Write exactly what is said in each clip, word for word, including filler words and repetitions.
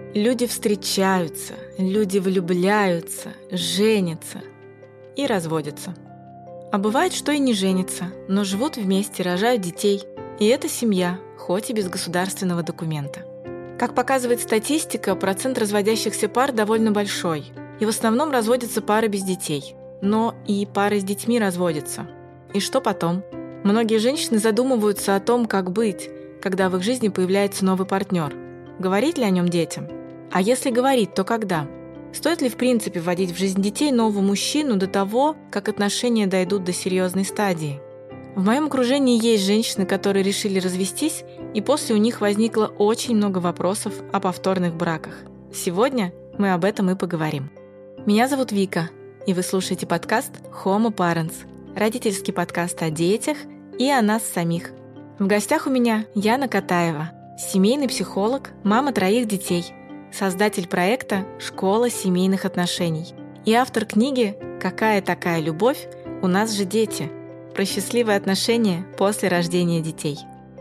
Люди встречаются, люди влюбляются, женятся и разводятся. А бывает, что и не женятся, но живут вместе, рожают детей. И это семья, хоть и без государственного документа. Как показывает статистика, процент разводящихся пар довольно большой. И в основном разводятся пары без детей. Но и пары с детьми разводятся. И что потом? Многие женщины задумываются о том, как быть, когда в их жизни появляется новый партнер. Говорить ли о нем детям? А если говорить, то когда? Стоит ли в принципе вводить в жизнь детей нового мужчину до того, как отношения дойдут до серьезной стадии? В моем окружении есть женщины, которые решили развестись, и после у них возникло очень много вопросов о повторных браках. Сегодня мы об этом и поговорим. Меня зовут Вика, и вы слушаете подкаст Homo Parents, родительский подкаст о детях и о нас самих. В гостях у меня Яна Катаева, семейный психолог, мама троих детей, создатель проекта «Школа семейных отношений» и автор книги «Какая такая любовь? У нас же дети» про счастливые отношения после рождения детей.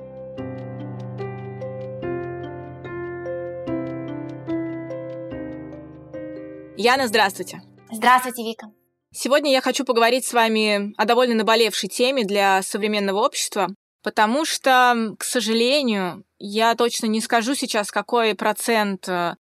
Яна, здравствуйте. Здравствуйте, Вика. Сегодня я хочу поговорить с вами о довольно наболевшей теме для современного общества, потому что, к сожалению, я точно не скажу сейчас, какой процент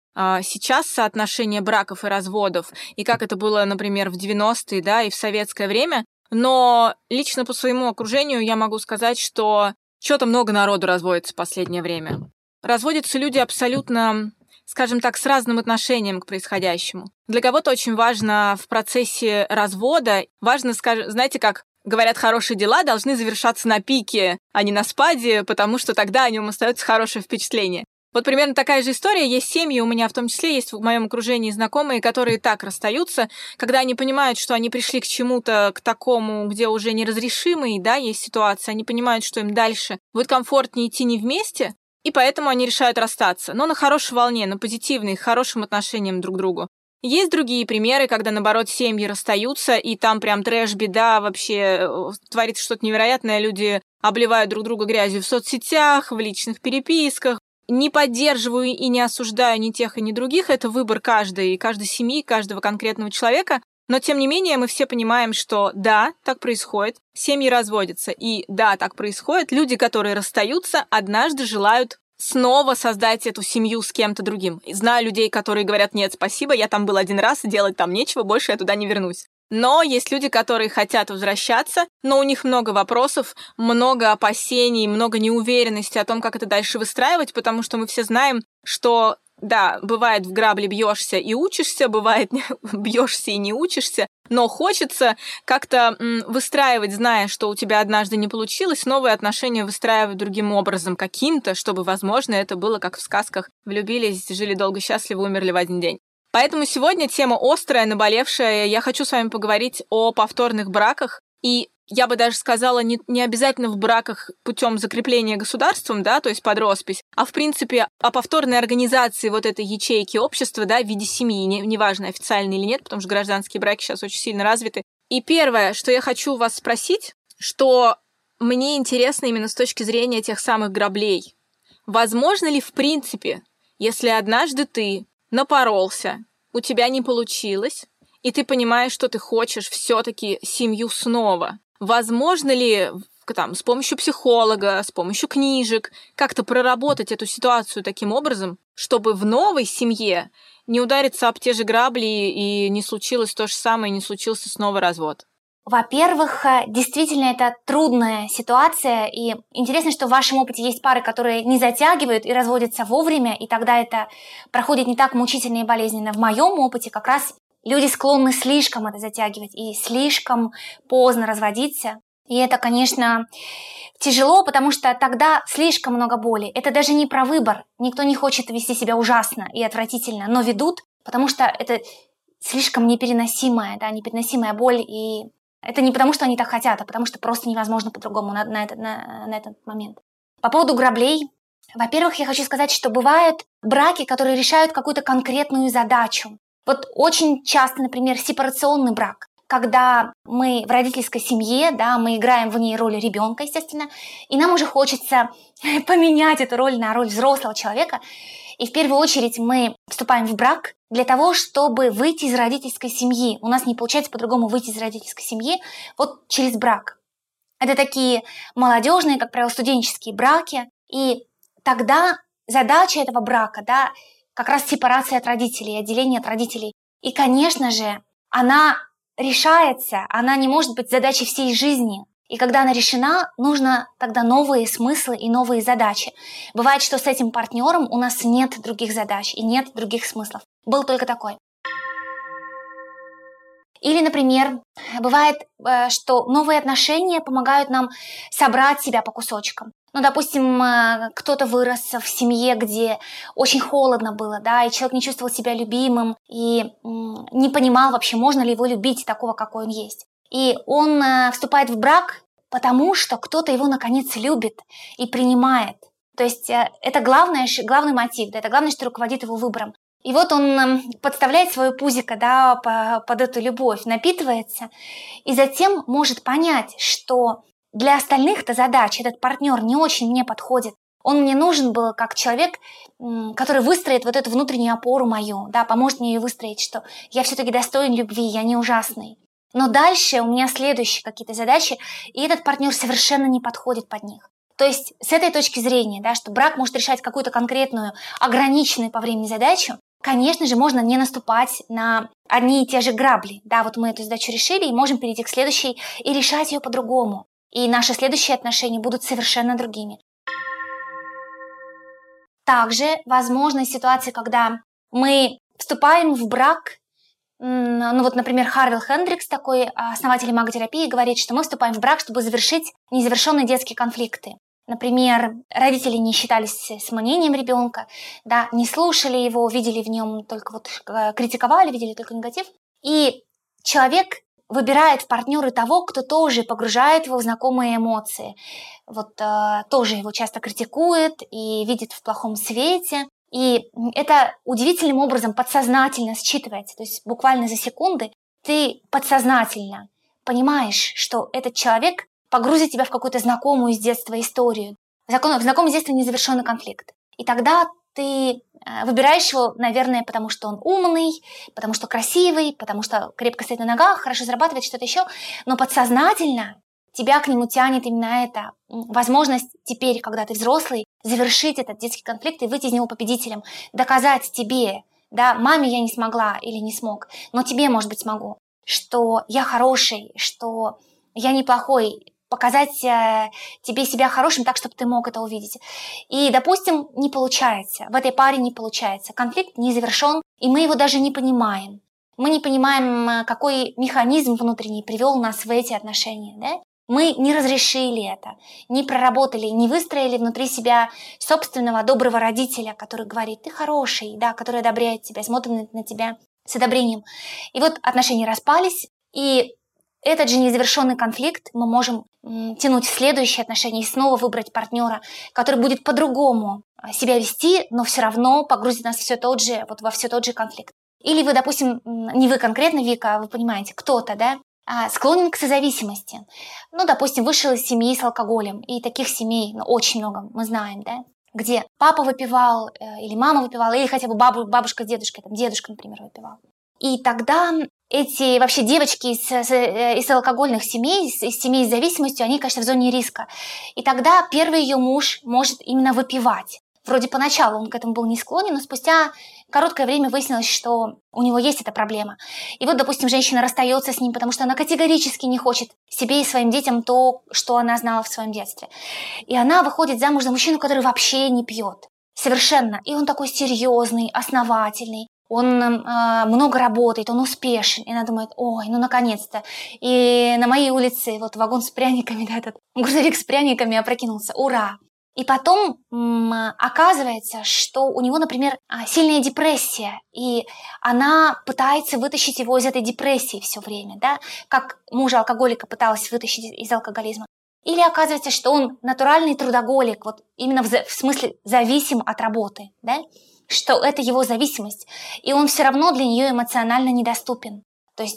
сейчас соотношение браков и разводов, и как это было, например, в девяностые, да, и в советское время, но лично по своему окружению я могу сказать, что что-то много народу разводится в последнее время. Разводятся люди абсолютно, скажем так, с разным отношением к происходящему. Для кого-то очень важно в процессе развода, важно, знаете, как говорят, хорошие дела должны завершаться на пике, а не на спаде, потому что тогда о нем остается хорошее впечатление. Вот примерно такая же история. Есть семьи, у меня в том числе есть в моем окружении знакомые, которые так расстаются, когда они понимают, что они пришли к чему-то, к такому, где уже неразрешимый, да, есть ситуация, они понимают, что им дальше будет комфортнее идти не вместе, и поэтому они решают расстаться, но на хорошей волне, на позитивной, хорошим отношениям друг к другу. Есть другие примеры, когда, наоборот, семьи расстаются, и там прям трэш, беда, вообще творится что-то невероятное, люди обливают друг друга грязью в соцсетях, в личных переписках. Не поддерживаю и не осуждаю ни тех, и ни других, это выбор каждой, каждой семьи, каждого конкретного человека, но, тем не менее, мы все понимаем, что да, так происходит, семьи разводятся, и да, так происходит, люди, которые расстаются, однажды желают снова создать эту семью с кем-то другим. Знаю людей, которые говорят: нет, спасибо, я там был один раз, делать там нечего, больше я туда не вернусь. Но есть люди, которые хотят возвращаться, но у них много вопросов, много опасений, много неуверенности о том, как это дальше выстраивать, потому что мы все знаем, что, да, бывает в грабли бьешься и учишься, бывает бьешься и не учишься, но хочется как-то выстраивать, зная, что у тебя однажды не получилось, новые отношения выстраивать другим образом, каким-то, чтобы, возможно, это было как в сказках: влюбились, жили долго, счастливо, умерли в один день. Поэтому сегодня тема острая, наболевшая. Я хочу с вами поговорить о повторных браках. И я бы даже сказала, не, не обязательно в браках путем закрепления государством, да, то есть под роспись, а в принципе о повторной организации вот этой ячейки общества, да, в виде семьи, не, неважно, официально или нет, потому что гражданские браки сейчас очень сильно развиты. И первое, что я хочу вас спросить, что мне интересно именно с точки зрения тех самых граблей. Возможно ли в принципе, если однажды ты напоролся, у тебя не получилось, и ты понимаешь, что ты хочешь все-таки семью снова. Возможно ли там, с помощью психолога, с помощью книжек как-то проработать эту ситуацию таким образом, чтобы в новой семье не удариться об те же грабли и не случилось то же самое, не случился снова развод? Во-первых, действительно, это трудная ситуация, и интересно, что в вашем опыте есть пары, которые не затягивают и разводятся вовремя, и тогда это проходит не так мучительно и болезненно. В моем опыте как раз люди склонны слишком это затягивать и слишком поздно разводиться, и это, конечно, тяжело, потому что тогда слишком много боли. Это даже не про выбор, никто не хочет вести себя ужасно и отвратительно, но ведут, потому что это слишком непереносимая, да, непереносимая боль, и это не потому, что они так хотят, а потому что просто невозможно по-другому на, на, этот, на, на этот момент. По поводу граблей. Во-первых, я хочу сказать, что бывают браки, которые решают какую-то конкретную задачу. Вот очень часто, например, сепарационный брак. когда мы в родительской семье, да, мы играем в ней роль ребенка, естественно, и нам уже хочется поменять эту роль на роль взрослого человека. И в первую очередь мы вступаем в брак для того, чтобы выйти из родительской семьи. У нас не получается по-другому выйти из родительской семьи вот через брак. Это такие молодежные, как правило, студенческие браки. И тогда задача этого брака, да, как раз сепарация от родителей, отделение от родителей. И, конечно же, она решается, она не может быть задачей всей жизни. И когда она решена, нужно тогда новые смыслы и новые задачи. Бывает, что с этим партнером у нас нет других задач и нет других смыслов. Был только такой. Или, например, бывает, что новые отношения помогают нам собрать себя по кусочкам. Ну, допустим, кто-то вырос в семье, где очень холодно было, да, и человек не чувствовал себя любимым и не понимал вообще, можно ли его любить такого, какой он есть. И он вступает в брак, потому что кто-то его наконец любит и принимает. То есть это главное, главный мотив, да, это главное, что руководит его выбором. И вот он подставляет свое пузико, да, под эту любовь, напитывается, и затем может понять, что для остальных-то задач этот партнер не очень мне подходит. Он мне нужен был как человек, который выстроит вот эту внутреннюю опору мою, да, поможет мне ее выстроить, что я все-таки достоин любви, я не ужасный. Но дальше у меня следующие какие-то задачи, и этот партнер совершенно не подходит под них. То есть с этой точки зрения, да, что брак может решать какую-то конкретную, ограниченную по времени задачу, конечно же, можно не наступать на одни и те же грабли. Да, вот мы эту задачу решили и можем перейти к следующей и решать ее по-другому. И наши следующие отношения будут совершенно другими. Также возможны ситуации, когда мы вступаем в брак. Ну вот, например, Харвилл Хендрикс, такой основатель маготерапии, говорит, что мы вступаем в брак, чтобы завершить незавершенные детские конфликты. Например, родители не считались с мнением ребенка, да, не слушали его, видели в нем только вот критиковали, видели только негатив. И человек выбирает в партнеры того, кто тоже погружает его в знакомые эмоции. Вот э, тоже его часто критикует и видит в плохом свете. И это удивительным образом подсознательно считывается. То есть буквально за секунды ты подсознательно понимаешь, что этот человек погрузит тебя в какую-то знакомую с детства историю, в знакомый с детства незавершенный конфликт. И тогда ты выбираешь его, наверное, потому что он умный, потому что красивый, потому что крепко стоит на ногах, хорошо зарабатывает, что-то еще, но подсознательно тебя к нему тянет именно это. Возможность теперь, когда ты взрослый, завершить этот детский конфликт и выйти из него победителем, доказать тебе, да, маме я не смогла или не смог, но тебе, может быть, смогу, что я хороший, что я неплохой, показать э, тебе себя хорошим так, чтобы ты мог это увидеть. И, допустим, не получается, в этой паре не получается, конфликт не завершен, и мы его даже не понимаем. Мы не понимаем, какой механизм внутренний привел нас в эти отношения, да? Мы не разрешили это, не проработали, не выстроили внутри себя собственного доброго родителя, который говорит, ты хороший, да, который одобряет тебя, смотрит на тебя с одобрением. И вот отношения распались, и этот же незавершенный конфликт мы можем м, тянуть в следующие отношения и снова выбрать партнера, который будет по-другому себя вести, но все равно погрузит нас все тот же, вот во все тот же конфликт. Или вы, допустим, не вы конкретно, Вика, а вы понимаете, кто-то, да, склонен к созависимости. Ну, допустим, вышел из семьи с алкоголем, и таких семей ну, очень много, мы знаем, да, где папа выпивал, э, или мама выпивала, или хотя бы бабу, бабушка с дедушкой, там, дедушка, например, выпивал. И тогда эти вообще девочки из, из алкогольных семей, из, из семей с зависимостью, они, конечно, в зоне риска. И тогда первый ее муж может именно выпивать. Вроде поначалу он к этому был не склонен, но спустя короткое время выяснилось, что у него есть эта проблема. И вот, допустим, женщина расстается с ним, потому что она категорически не хочет себе и своим детям то, что она знала в своем детстве. И она выходит замуж за мужчину, который вообще не пьет. Совершенно. И он такой серьезный, основательный. Он э, много работает, он успешен. И она думает, ой, ну наконец-то. И на моей улице вот вагон с пряниками, да, этот грузовик с пряниками опрокинулся. Ура! И потом м, оказывается, что у него, например, сильная депрессия, и она пытается вытащить его из этой депрессии все время, да, как мужа-алкоголика пыталась вытащить из алкоголизма. Или оказывается, что он натуральный трудоголик, вот именно в, в смысле зависим от работы, да, что это его зависимость, и он все равно для нее эмоционально недоступен. То есть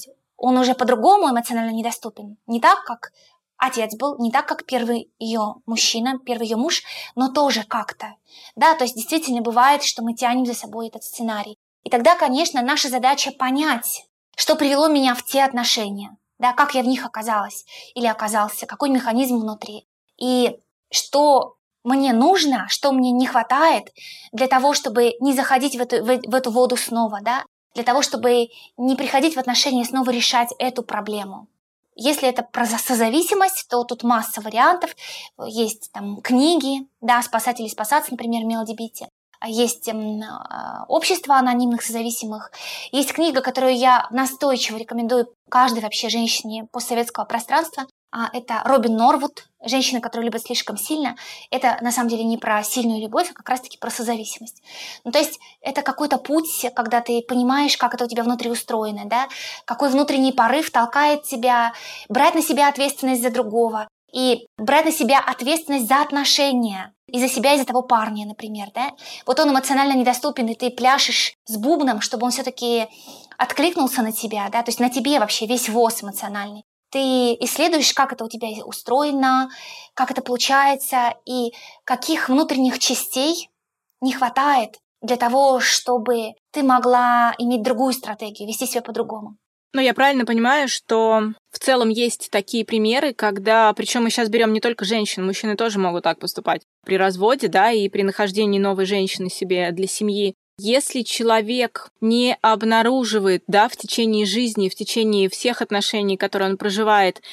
он уже по-другому эмоционально недоступен. Не так, как отец был, не так, как первый ее мужчина, первый ее муж, но тоже как-то. Да, то есть действительно бывает, что мы тянем за собой этот сценарий. И тогда, конечно, наша задача понять, что привело меня в те отношения, да, как я в них оказалась или оказался, какой механизм внутри. И что мне нужно, что мне не хватает для того, чтобы не заходить в эту, в, в эту воду снова, да, для того, чтобы не приходить в отношения и снова решать эту проблему. Если это про созависимость, то тут масса вариантов. Есть там книги, да, «Спасатели спасаться», например, Мелоди Битти. Есть м, общество анонимных созависимых. Есть книга, которую я настойчиво рекомендую каждой вообще женщине постсоветского пространства. Это Робин Норвуд, «Женщины, которые любят слишком сильно». Это на самом деле не про сильную любовь, а как раз-таки про созависимость. Ну, то есть это какой-то путь, когда ты понимаешь, как это у тебя внутри устроено, да? Какой внутренний порыв толкает тебя брать на себя ответственность за другого и брать на себя ответственность за отношения, и за себя, и за того парня, например, да? Вот он эмоционально недоступен, и ты пляшешь с бубном, чтобы он все-таки откликнулся на тебя, да? То есть на тебе вообще весь воз эмоциональный. Ты исследуешь, как это у тебя устроено, как это получается, и каких внутренних частей не хватает для того, чтобы ты могла иметь другую стратегию, вести себя по-другому. Ну, я правильно понимаю, что в целом есть такие примеры, когда, причем мы сейчас берем не только женщин, мужчины тоже могут так поступать при разводе, да, и при нахождении новой женщины себе для семьи. Если человек не обнаруживает, да, в течение жизни, в течение всех отношений, которые он проживает,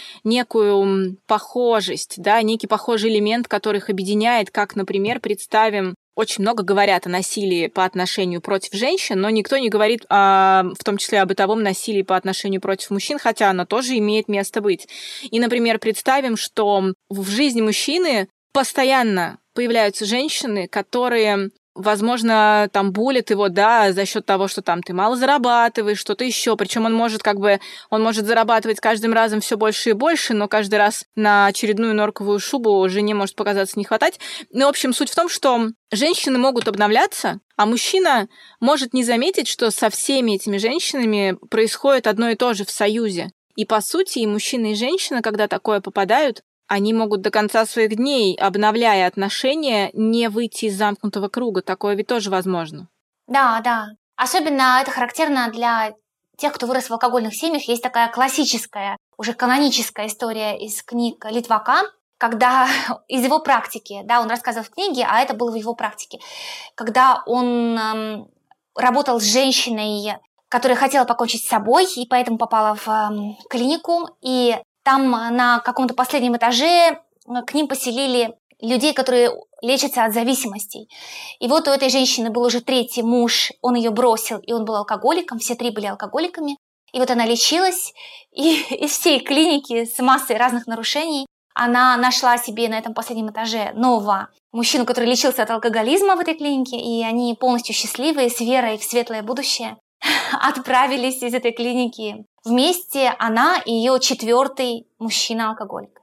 некую похожесть, да, некий похожий элемент, который их объединяет, как, например, представим, очень много говорят о насилии по отношению против женщин, но никто не говорит а, в том числе о бытовом насилии по отношению против мужчин, хотя оно тоже имеет место быть. И, например, представим, что в жизни мужчины постоянно появляются женщины, которые, возможно, там булят его, да, за счет того, что там ты мало зарабатываешь, что-то еще. Причем он может как бы, он может зарабатывать каждым разом все больше и больше, но каждый раз на очередную норковую шубу жене может показаться не хватать. Ну, в общем, суть в том, что женщины могут обновляться, а мужчина может не заметить, что со всеми этими женщинами происходит одно и то же в союзе. И, по сути, и мужчина, и женщина, когда такое попадают, они могут до конца своих дней, обновляя отношения, не выйти из замкнутого круга. Такое ведь тоже возможно. Да, да. Особенно это характерно для тех, кто вырос в алкогольных семьях. Есть такая классическая, уже каноническая история из книг Литвака, когда из его практики, да, он рассказывал в книге, а это было в его практике, когда он эм, работал с женщиной, которая хотела покончить с собой, и поэтому попала в эм, клинику, и там на каком-то последнем этаже к ним поселили людей, которые лечатся от зависимостей. И вот у этой женщины был уже третий муж, он ее бросил, и он был алкоголиком, все три были алкоголиками. И вот она лечилась, и из всей клиники с массой разных нарушений она нашла себе на этом последнем этаже нового мужчину, который лечился от алкоголизма в этой клинике, и они полностью счастливые, с верой в светлое будущее отправились из этой клиники вместе, она и ее четвертый мужчина-алкоголик.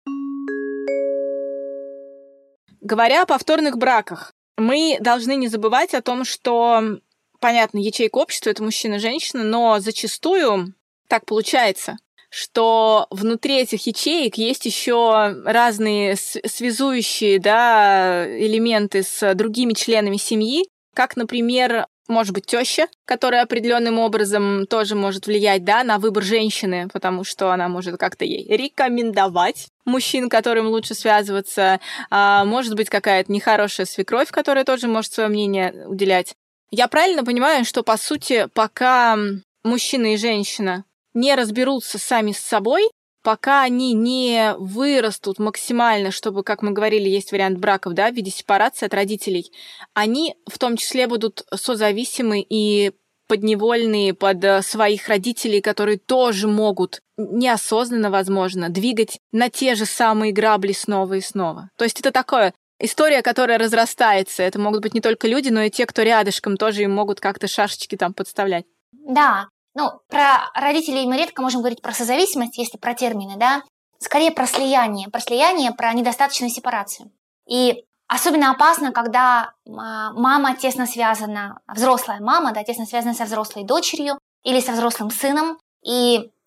Говоря о повторных браках, мы должны не забывать о том, что, понятно, ячейка общества — это мужчина и женщина, но зачастую так получается, что внутри этих ячеек есть еще разные связующие, да, элементы с другими членами семьи, как, например, может быть, теща, которая определенным образом тоже может влиять, да, на выбор женщины, потому что она может как-то ей рекомендовать мужчин, которым лучше связываться. А может быть, какая-то нехорошая свекровь, которая тоже может свое мнение уделять. Я правильно понимаю, что, по сути, пока мужчина и женщина не разберутся сами с собой, пока они не вырастут максимально, чтобы, как мы говорили, есть вариант браков, да, в виде сепарации от родителей, они в том числе будут созависимы и подневольные под своих родителей, которые тоже могут неосознанно, возможно, двигать на те же самые грабли снова и снова. То есть это такое история, которая разрастается. Это могут быть не только люди, но и те, кто рядышком, тоже им могут как-то шашечки там подставлять. Да. Ну, про родителей мы редко можем говорить про созависимость, если про термины, да, скорее про слияние, про слияние, про недостаточную сепарацию. И особенно опасно, когда мама тесно связана, взрослая мама, да, тесно связана со взрослой дочерью или со взрослым сыном, и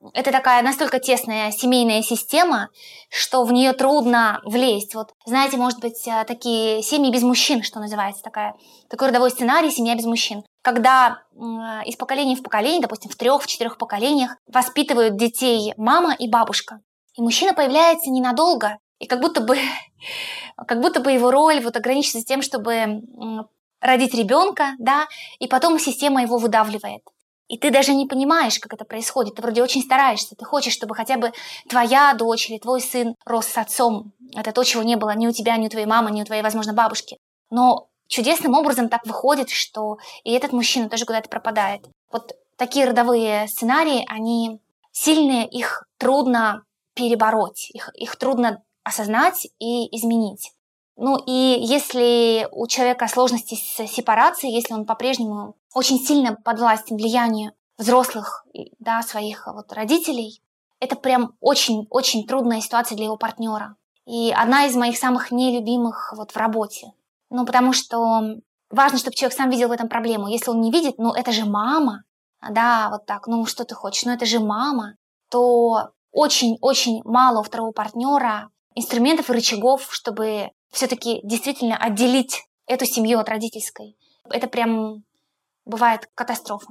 это такая настолько тесная семейная система, что в нее трудно влезть. Вот, знаете, может быть, такие семьи без мужчин, что называется, такая, такой родовой сценарий «семья без мужчин». Когда э, из поколения в поколение, допустим, в трех, в четырех поколениях воспитывают детей мама и бабушка. И мужчина появляется ненадолго, и как будто бы, как будто бы его роль вот ограничится тем, чтобы э, родить ребенка, да, и потом система его выдавливает. И ты даже не понимаешь, как это происходит. Ты вроде очень стараешься. Ты хочешь, чтобы хотя бы твоя дочь или твой сын рос с отцом. Это то, чего не было ни у тебя, ни у твоей мамы, ни у твоей, возможно, бабушки. Но чудесным образом так выходит, что и этот мужчина тоже куда-то пропадает. Вот такие родовые сценарии, они сильные, их трудно перебороть, их, их трудно осознать и изменить. Ну и если у человека сложности с сепарацией, если он по-прежнему очень сильно подвластен влиянию взрослых, да, своих вот родителей, это прям очень-очень трудная ситуация для его партнера. И одна из моих самых нелюбимых вот в работе. Ну, потому что важно, чтобы человек сам видел в этом проблему. Если он не видит, ну, это же мама, да, вот так, ну, что ты хочешь, ну, это же мама, то очень-очень мало у второго партнера инструментов и рычагов, чтобы все-таки действительно отделить эту семью от родительской. Это прям бывает катастрофа.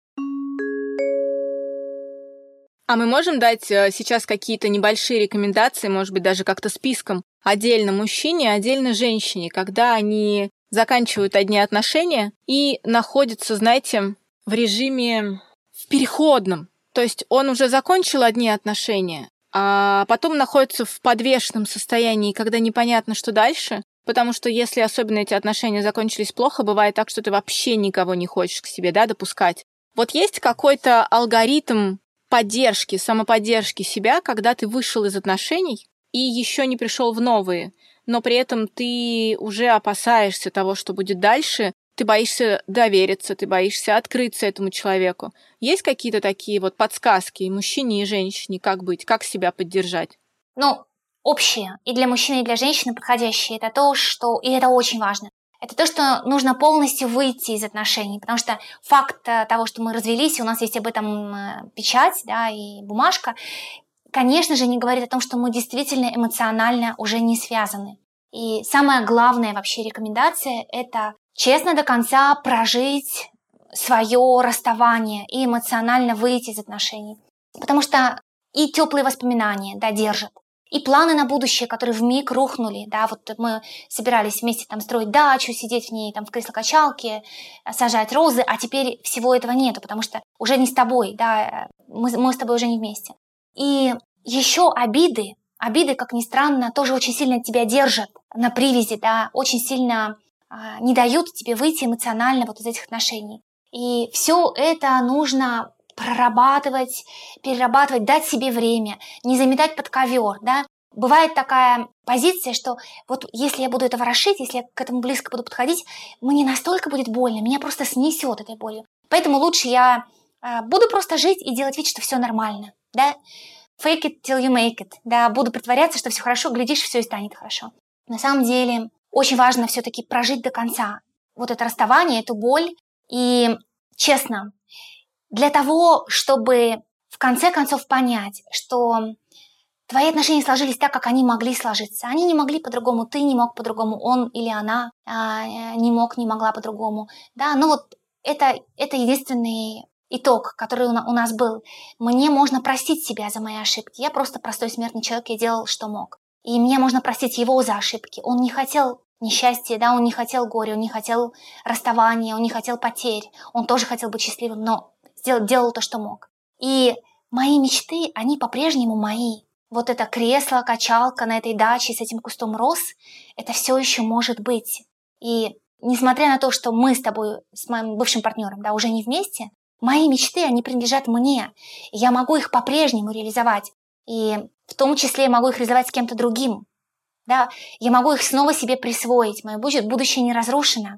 А мы можем дать сейчас какие-то небольшие рекомендации, может быть, даже как-то списком, отдельно мужчине, отдельно женщине, когда они заканчивают одни отношения и находятся, знаете, в режиме в переходном. То есть он уже закончил одни отношения, а потом находится в подвешенном состоянии, когда непонятно, что дальше. Потому что если особенно эти отношения закончились плохо, бывает так, что ты вообще никого не хочешь к себе, да, допускать. Вот есть какой-то алгоритм поддержки, самоподдержки себя, когда ты вышел из отношений и еще не пришел в новые, но при этом ты уже опасаешься того, что будет дальше, ты боишься довериться, ты боишься открыться этому человеку. Есть какие-то такие вот подсказки и мужчине, и женщине, как быть, как себя поддержать? Ну, общее и для мужчины, и для женщины подходящее, это то, что, и это очень важно, это то, что нужно полностью выйти из отношений, потому что факт того, что мы развелись, и у нас есть об этом печать, да, и бумажка, конечно же, не говорит о том, что мы действительно эмоционально уже не связаны. И самая главная вообще рекомендация – это честно до конца прожить свое расставание и эмоционально выйти из отношений. Потому что и теплые воспоминания, да, держат, и планы на будущее, которые вмиг рухнули, да, вот мы собирались вместе там строить дачу, сидеть в ней там в кресло-качалке, сажать розы, а теперь всего этого нету, потому что уже не с тобой, да, мы, мы с тобой уже не вместе. И еще обиды, обиды, как ни странно, тоже очень сильно тебя держат на привязи, да, очень сильно а, не дают тебе выйти эмоционально вот из этих отношений. И все это нужно прорабатывать, перерабатывать, дать себе время, не заметать под ковер, да. Бывает такая позиция, что вот если я буду это ворошить, если я к этому близко буду подходить, мне настолько будет больно, меня просто снесет этой болью. Поэтому лучше я э, буду просто жить и делать вид, что все нормально, да. Fake it till you make it, да, буду притворяться, что все хорошо, глядишь, все и станет хорошо. На самом деле очень важно все-таки прожить до конца вот это расставание, эту боль, и честно, для того, чтобы в конце концов понять, что твои отношения сложились так, как они могли сложиться. Они не могли по-другому, ты не мог по-другому, он или она а, не мог, не могла по-другому. Да, ну вот это, это единственный итог, который у, на, у нас был. Мне можно простить себя за мои ошибки. Я просто простой смертный человек, я делал, что мог. И мне можно простить его за ошибки. Он не хотел несчастья, да, он не хотел горя, он не хотел расставания, он не хотел потерь. Он тоже хотел быть счастливым, но Сделал, делал то, что мог. И мои мечты, они по-прежнему мои. Вот это кресло, качалка на этой даче с этим кустом роз, это все еще может быть. И несмотря на то, что мы с тобой, с моим бывшим партнером, да, уже не вместе, мои мечты, они принадлежат мне. И я могу их по-прежнему реализовать. И в том числе я могу их реализовать с кем-то другим. Да, я могу их снова себе присвоить. Мое будущее не разрушено.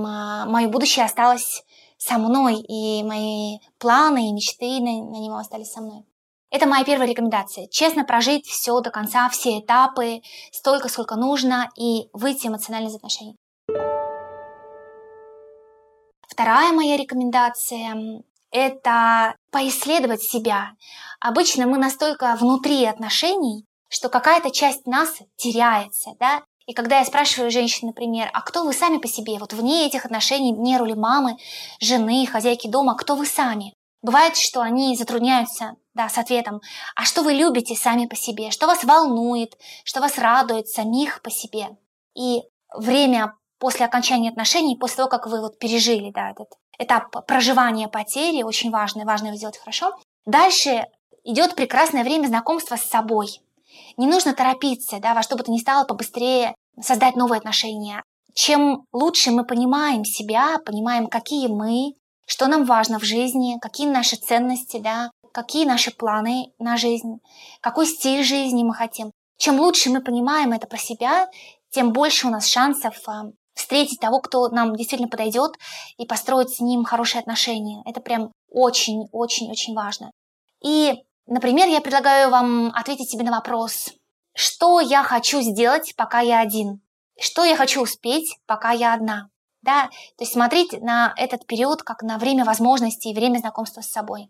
Мое будущее осталось со мной, и мои планы и мечты на, на него остались со мной. Это моя первая рекомендация. Честно прожить все до конца, все этапы, столько, сколько нужно, и выйти эмоционально из отношений. Вторая моя рекомендация это поисследовать себя. Обычно мы настолько внутри отношений, что какая-то часть нас теряется, да. И когда я спрашиваю женщин, например, а кто вы сами по себе, вот вне этих отношений, вне роли мамы, жены, хозяйки дома, кто вы сами? Бывает, что они затрудняются, да, с ответом, а что вы любите сами по себе, что вас волнует, что вас радует самих по себе. И время после окончания отношений, после того, как вы вот пережили, да, этот этап проживания потери, очень важный, важно его сделать хорошо, дальше идет прекрасное время знакомства с собой. Не нужно торопиться, да, во что бы то ни стало побыстрее создать новые отношения. Чем лучше мы понимаем себя, понимаем, какие мы, что нам важно в жизни, какие наши ценности, да, какие наши планы на жизнь, какой стиль жизни мы хотим. Чем лучше мы понимаем это про себя, тем больше у нас шансов встретить того, кто нам действительно подойдет, и построить с ним хорошие отношения. Это прям очень-очень-очень важно. И, например, я предлагаю вам ответить себе на вопрос, что я хочу сделать, пока я один? Что я хочу успеть, пока я одна? Да? То есть смотреть на этот период как на время возможностей и время знакомства с собой.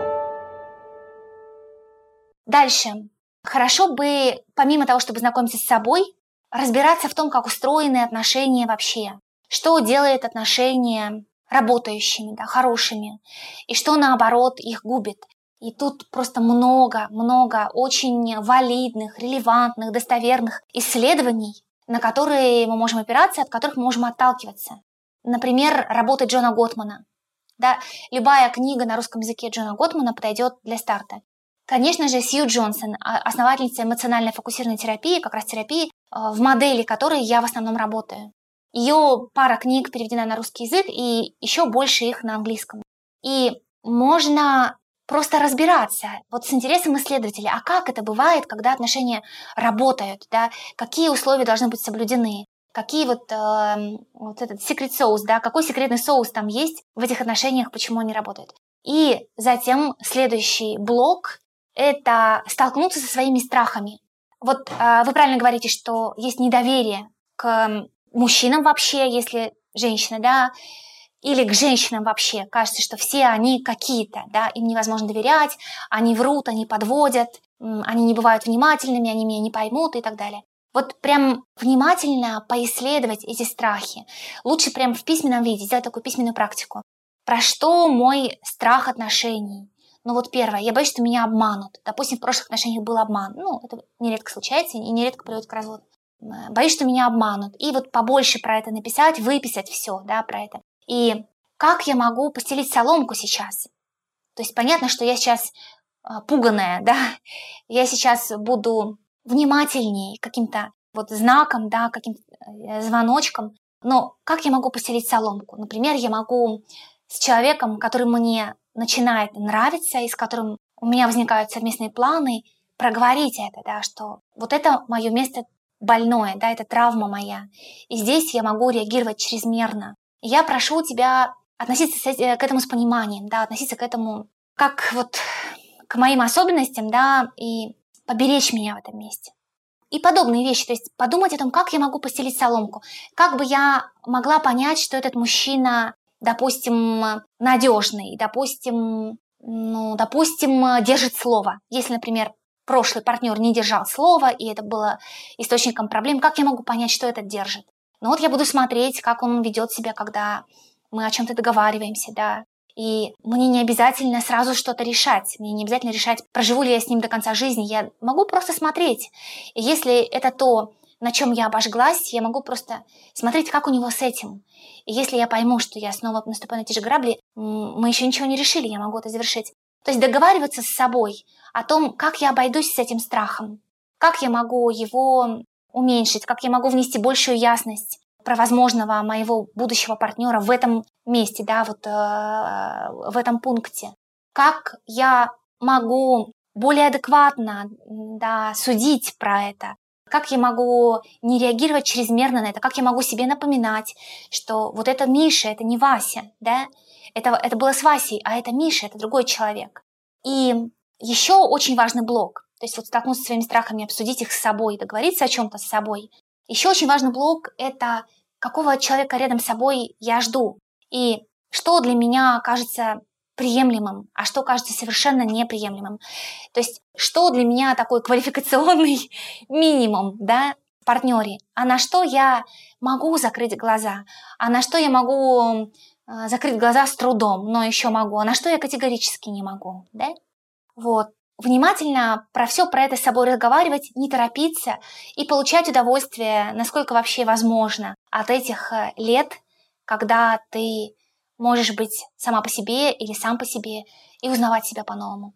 Дальше. Хорошо бы, помимо того, чтобы знакомиться с собой, разбираться в том, как устроены отношения вообще, что делает отношения работающими, да, хорошими, и что, наоборот, их губит. И тут просто много-много очень валидных, релевантных, достоверных исследований, на которые мы можем опираться, от которых мы можем отталкиваться. Например, работы Джона Готмана. Да, любая книга на русском языке Джона Готмана подойдет для старта. Конечно же, Сью Джонсон, основательница эмоционально фокусированной терапии, как раз терапии, в модели которой я в основном работаю. Ее пара книг переведена на русский язык, и еще больше их на английском. И можно просто разбираться вот с интересом исследователя, а как это бывает, когда отношения работают, да, какие условия должны быть соблюдены, какие вот, э, вот этот secret sauce, да, какой секретный соус там есть в этих отношениях, почему они работают. И затем следующий блок – это столкнуться со своими страхами. Вот э, вы правильно говорите, что есть недоверие к мужчинам вообще, если женщина, да, или к женщинам вообще. Кажется, что все они какие-то, да, им невозможно доверять, они врут, они подводят, они не бывают внимательными, они меня не поймут и так далее. Вот прям внимательно поисследовать эти страхи. Лучше прям в письменном виде, сделать такую письменную практику. Про что мой страх отношений? Ну вот первое, я боюсь, что меня обманут. Допустим, в прошлых отношениях был обман. Ну, это нередко случается и нередко приводит к разводу. Боюсь, что меня обманут. И вот побольше про это написать, выписать все, да, про это. И как я могу постелить соломку сейчас? То есть понятно, что я сейчас а, пуганая, да, я сейчас буду внимательней каким-то вот знаком, да, каким-то звоночком. Но как я могу постелить соломку? Например, я могу с человеком, который мне начинает нравиться и с которым у меня возникают совместные планы, проговорить это, да, что вот это мое место больное, да, это травма моя. И здесь я могу реагировать чрезмерно. И я прошу тебя относиться к этому с пониманием, да, относиться к этому как вот к моим особенностям, да, и поберечь меня в этом месте. И подобные вещи, то есть подумать о том, как я могу постелить соломку, как бы я могла понять, что этот мужчина, допустим, надежный, допустим, ну, допустим, держит слово. Если, например, прошлый партнер не держал слова, и это было источником проблем, как я могу понять, что это держит? Ну вот я буду смотреть, как он ведет себя, когда мы о чем-то договариваемся, да. И мне не обязательно сразу что-то решать. Мне не обязательно решать, проживу ли я с ним до конца жизни. Я могу просто смотреть. И если это то, на чем я обожглась, я могу просто смотреть, как у него с этим. И если я пойму, что я снова наступаю на те же грабли, мы еще ничего не решили, я могу это завершить. То есть договариваться с собой о том, как я обойдусь с этим страхом, как я могу его уменьшить, как я могу внести большую ясность про возможного моего будущего партнера в этом месте, да, вот э, в этом пункте. Как я могу более адекватно, да, судить про это, как я могу не реагировать чрезмерно на это, как я могу себе напоминать, что вот это Миша, это не Вася, да, это, это было с Васей, а это Миша, это другой человек. И еще очень важный блок, то есть вот столкнуться со своими страхами, обсудить их с собой, договориться о чем-то с собой. Еще очень важный блок – это какого человека рядом с собой я жду, и что для меня кажется приемлемым, а что кажется совершенно неприемлемым. То есть, что для меня такой квалификационный минимум, да, в партнере, а на что я могу закрыть глаза, а на что я могу э, закрыть глаза с трудом, но еще могу, а на что я категорически не могу, да? Вот. Внимательно про все про это с собой разговаривать, не торопиться и получать удовольствие, насколько вообще возможно, от этих лет, когда ты можешь быть сама по себе или сам по себе и узнавать себя по-новому.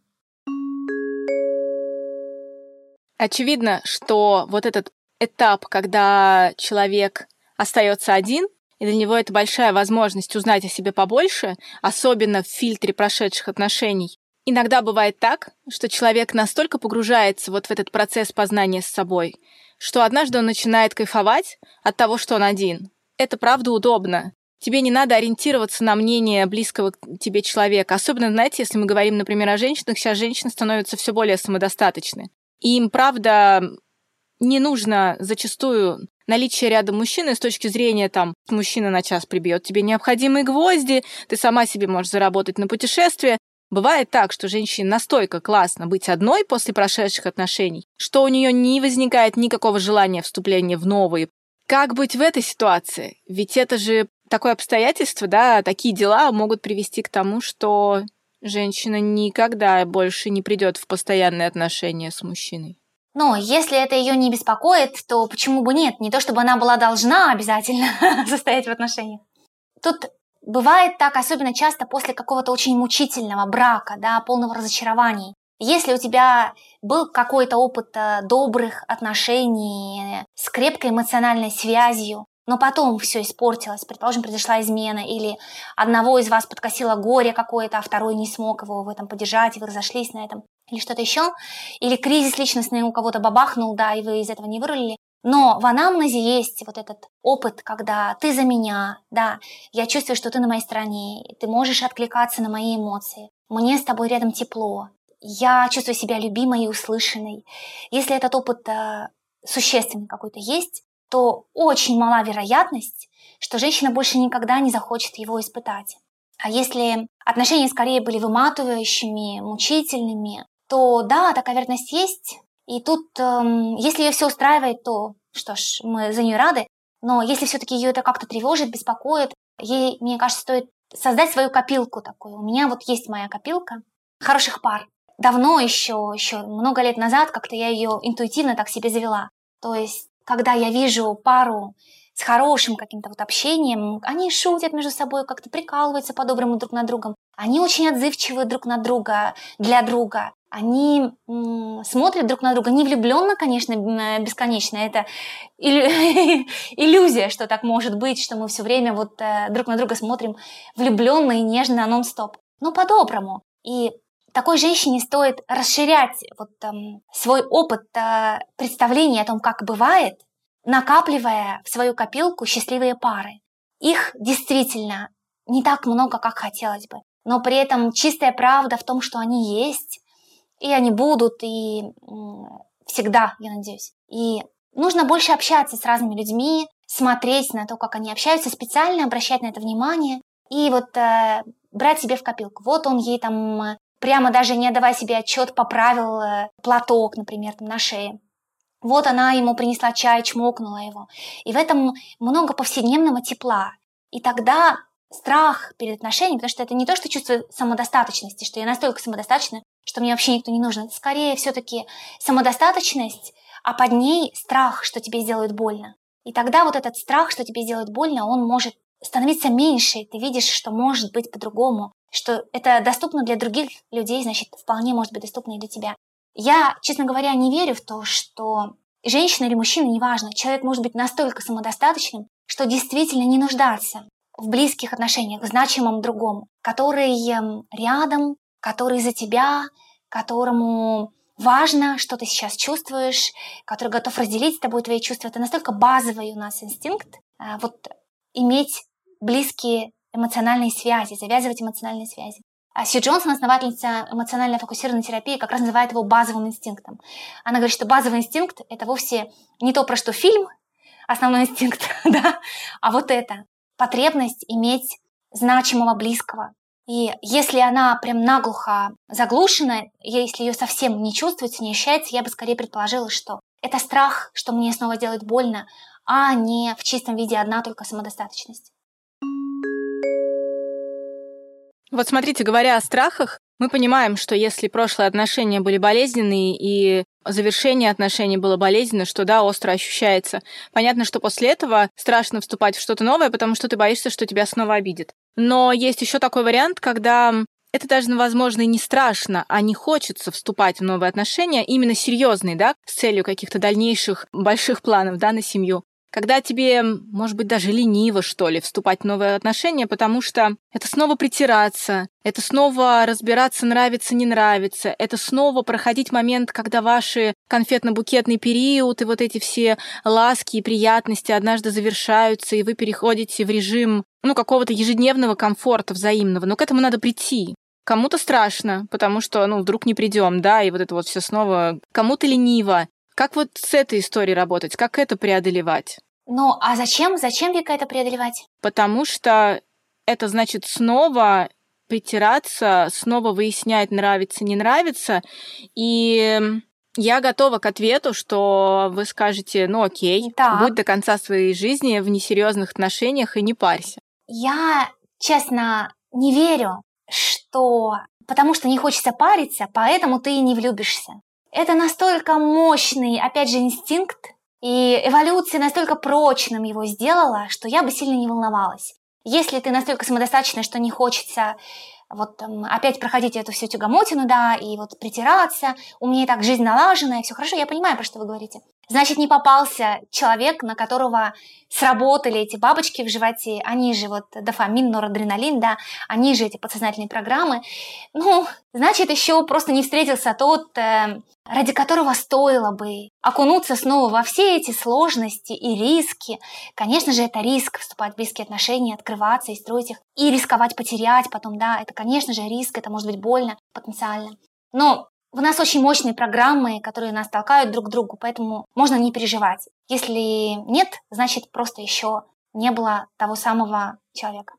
Очевидно, что вот этот этап, когда человек остается один, и для него это большая возможность узнать о себе побольше, особенно в фильтре прошедших отношений. Иногда бывает так, что человек настолько погружается вот в этот процесс познания с собой, что однажды он начинает кайфовать от того, что он один. Это правда удобно. Тебе не надо ориентироваться на мнение близкого к тебе человека. Особенно, знаете, если мы говорим, например, о женщинах, сейчас женщины становятся все более самодостаточны. И им, правда, не нужно зачастую наличие рядом мужчины с точки зрения, там, мужчина на час прибьет тебе необходимые гвозди, ты сама себе можешь заработать на путешествие. Бывает так, что женщине настолько классно быть одной после прошедших отношений, что у нее не возникает никакого желания вступления в новые. Как быть в этой ситуации? Ведь это же такое обстоятельство, да, такие дела могут привести к тому, что женщина никогда больше не придет в постоянные отношения с мужчиной. Но если это ее не беспокоит, то почему бы нет? Не то чтобы она была должна обязательно состоять в отношениях. Тут бывает так особенно часто после какого-то очень мучительного брака, да, полного разочарований. Если у тебя был какой-то опыт добрых отношений с крепкой эмоциональной связью, но потом все испортилось, предположим, произошла измена, или одного из вас подкосило горе какое-то, а второй не смог его в этом поддержать, и вы разошлись на этом, или что-то еще, или кризис личностный у кого-то бабахнул, да, и вы из этого не вырулили. Но в анамнезе есть вот этот опыт, когда ты за меня, да, я чувствую, что ты на моей стороне, ты можешь откликаться на мои эмоции, мне с тобой рядом тепло, я чувствую себя любимой и услышанной. Если этот опыт э, существенный какой-то есть, то очень мала вероятность, что женщина больше никогда не захочет его испытать. А если отношения скорее были выматывающими, мучительными, то да, такая вероятность есть. И тут, эм, если ее все устраивает, то что ж, мы за нее рады. Но если все-таки ее это как-то тревожит, беспокоит, ей, мне кажется, стоит создать свою копилку такую. У меня вот есть моя копилка хороших пар. Давно еще, еще много лет назад как-то я ее интуитивно так себе завела. То есть когда я вижу пару с хорошим каким-то вот общением, они шутят между собой, как-то прикалываются по-доброму друг над другом, они очень отзывчивы друг на друга, для друга, они м- смотрят друг на друга не влюбленно, конечно, бесконечно, это иллюзия, что так может быть, что мы все время вот друг на друга смотрим влюбленно и нежно, нон-стоп, но по-доброму. И такой женщине стоит расширять вот, эм, свой опыт э, представления о том, как бывает, накапливая в свою копилку счастливые пары. Их действительно не так много, как хотелось бы, но при этом чистая правда в том, что они есть, и они будут, и м, всегда, я надеюсь. И нужно больше общаться с разными людьми, смотреть на то, как они общаются, специально обращать на это внимание и вот э, брать себе в копилку. Вот он ей там... прямо даже не отдавая себе отчет, поправил платок, например, там, на шее. Вот она ему принесла чай, чмокнула его. И в этом много повседневного тепла. И тогда страх перед отношениями, потому что это не то, что чувство самодостаточности, что я настолько самодостаточна, что мне вообще никто не нужен. Это скорее все-таки самодостаточность, а под ней страх, что тебе сделают больно. И тогда вот этот страх, что тебе сделают больно, он может становиться меньше. Ты видишь, что может быть по-другому, что это доступно для других людей, значит, вполне может быть доступно и для тебя. Я, честно говоря, не верю в то, что женщина или мужчина, неважно, человек может быть настолько самодостаточным, что действительно не нуждаться в близких отношениях, значимом другом, который рядом, который за тебя, которому важно, что ты сейчас чувствуешь, который готов разделить с тобой твои чувства. Это настолько базовый у нас инстинкт, вот иметь близкие эмоциональные связи, завязывать эмоциональные связи. А Сью Джонсон, основательница эмоционально фокусированной терапии, как раз называет его базовым инстинктом. Она говорит, что базовый инстинкт – это вовсе не то, про что фильм, основной инстинкт, да, а вот это – потребность иметь значимого близкого, И если она прям наглухо заглушена, если ее совсем не чувствуется, не ощущается, я бы скорее предположила, что это страх, что мне снова сделать больно, а не в чистом виде одна только самодостаточность. Вот смотрите, говоря о страхах, мы понимаем, что если прошлые отношения были болезненные и завершение отношений было болезненно, что да, остро ощущается. Понятно, что после этого страшно вступать в что-то новое, потому что ты боишься, что тебя снова обидят. Но есть еще такой вариант, когда это даже, возможно, и не страшно, а не хочется вступать в новые отношения, именно серьезные, да, с целью каких-то дальнейших больших планов, да, на семью. Когда тебе, может быть, даже лениво, что ли, вступать в новые отношения, потому что это снова притираться, это снова разбираться, нравится, не нравится, это снова проходить момент, когда ваши конфетно-букетный период и вот эти все ласки и приятности однажды завершаются, и вы переходите в режим, ну, какого-то ежедневного комфорта взаимного. Но к этому надо прийти. Кому-то страшно, потому что, ну, вдруг не придем, да, и вот это вот все снова. Кому-то лениво. Как вот с этой историей работать? Как это преодолевать? Ну, а зачем? Зачем, Вика, это преодолевать? Потому что это значит снова притираться, снова выяснять, нравится, не нравится. И я готова к ответу, что вы скажете, ну окей, так. Будь до конца своей жизни в несерьезных отношениях и не парься. Я, честно, не верю, что потому что не хочется париться, поэтому ты и не влюбишься. Это настолько мощный, опять же, инстинкт, и эволюция настолько прочным его сделала, что я бы сильно не волновалась. Если ты настолько самодостаточна, что не хочется вот там, опять проходить эту всю тягомотину, да, и вот притираться, у меня и так жизнь налажена, и все хорошо, я понимаю, про что вы говорите. Значит, не попался человек, на которого сработали эти бабочки в животе, они же вот дофамин, норадреналин, да, они же эти подсознательные программы. Ну, значит, еще просто не встретился тот, э, ради которого стоило бы окунуться снова во все эти сложности и риски. Конечно же, это риск вступать в близкие отношения, открываться и строить их, и рисковать потерять потом, да, это, конечно же, риск, это может быть больно потенциально. Но у нас очень мощные программы, которые нас толкают друг к другу, поэтому можно не переживать. Если нет, значит, просто еще не было того самого человека.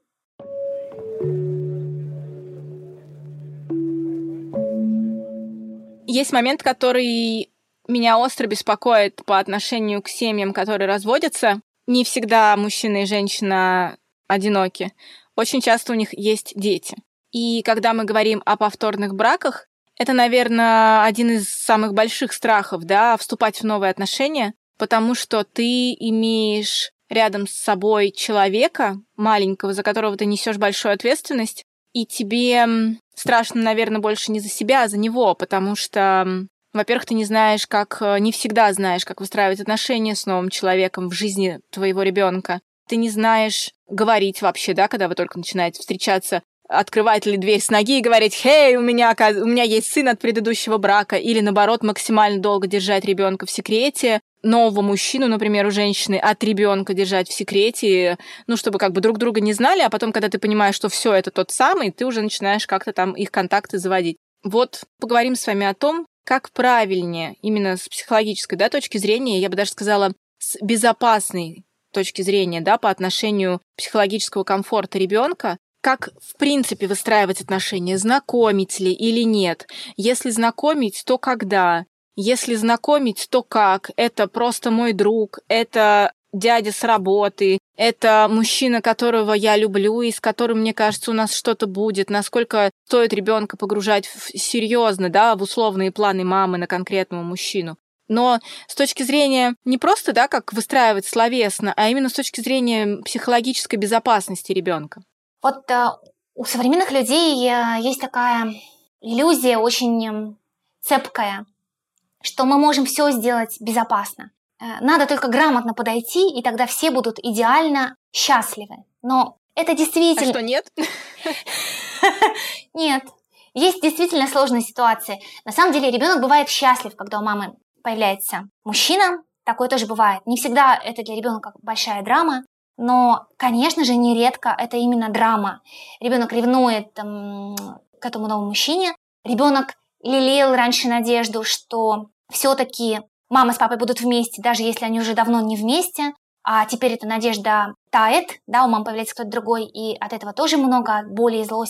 Есть момент, который меня остро беспокоит по отношению к семьям, которые разводятся. Не всегда мужчина и женщина одиноки. Очень часто у них есть дети. И когда мы говорим о повторных браках, это, наверное, один из самых больших страхов, да, вступать в новые отношения, потому что ты имеешь рядом с собой человека маленького, за которого ты несешь большую ответственность, и тебе страшно, наверное, больше не за себя, а за него, потому что, во-первых, ты не знаешь, как, не всегда знаешь, как выстраивать отношения с новым человеком в жизни твоего ребенка. Ты не знаешь говорить вообще, да, когда вы только начинаете встречаться, открывать ли дверь с ноги и говорить: «Хей, у меня, у меня есть сын от предыдущего брака», или, наоборот, максимально долго держать ребенка в секрете, нового мужчину, например, у женщины, от ребенка держать в секрете, ну, чтобы как бы друг друга не знали, а потом, когда ты понимаешь, что все это тот самый, ты уже начинаешь как-то там их контакты заводить. Вот поговорим с вами о том, как правильнее, именно с психологической, да, точки зрения, я бы даже сказала, с безопасной точки зрения, да, по отношению психологического комфорта ребенка, как, в принципе, выстраивать отношения, знакомить ли или нет. Если знакомить, то когда? Если знакомить, то как? Это просто мой друг, это дядя с работы, это мужчина, которого я люблю и с которым, мне кажется, у нас что-то будет. Насколько стоит ребенка погружать в, серьезно, да, в условные планы мамы на конкретного мужчину. Но с точки зрения не просто, да, как выстраивать словесно, а именно с точки зрения психологической безопасности ребенка. Вот э, у современных людей э, есть такая иллюзия очень цепкая, что мы можем все сделать безопасно. Э, надо только грамотно подойти, и тогда все будут идеально счастливы. Но это действительно... А что, нет? Нет. Есть действительно сложные ситуации. На самом деле ребенок бывает счастлив, когда у мамы появляется мужчина. Такое тоже бывает. Не всегда это для ребенка большая драма. Но, конечно же, нередко это именно драма. Ребенок ревнует там, к этому новому мужчине. Ребенок лелеял раньше надежду, что все-таки мама с папой будут вместе, даже если они уже давно не вместе. А теперь эта надежда тает, да, у мамы появляется кто-то другой, и от этого тоже много боли и злости.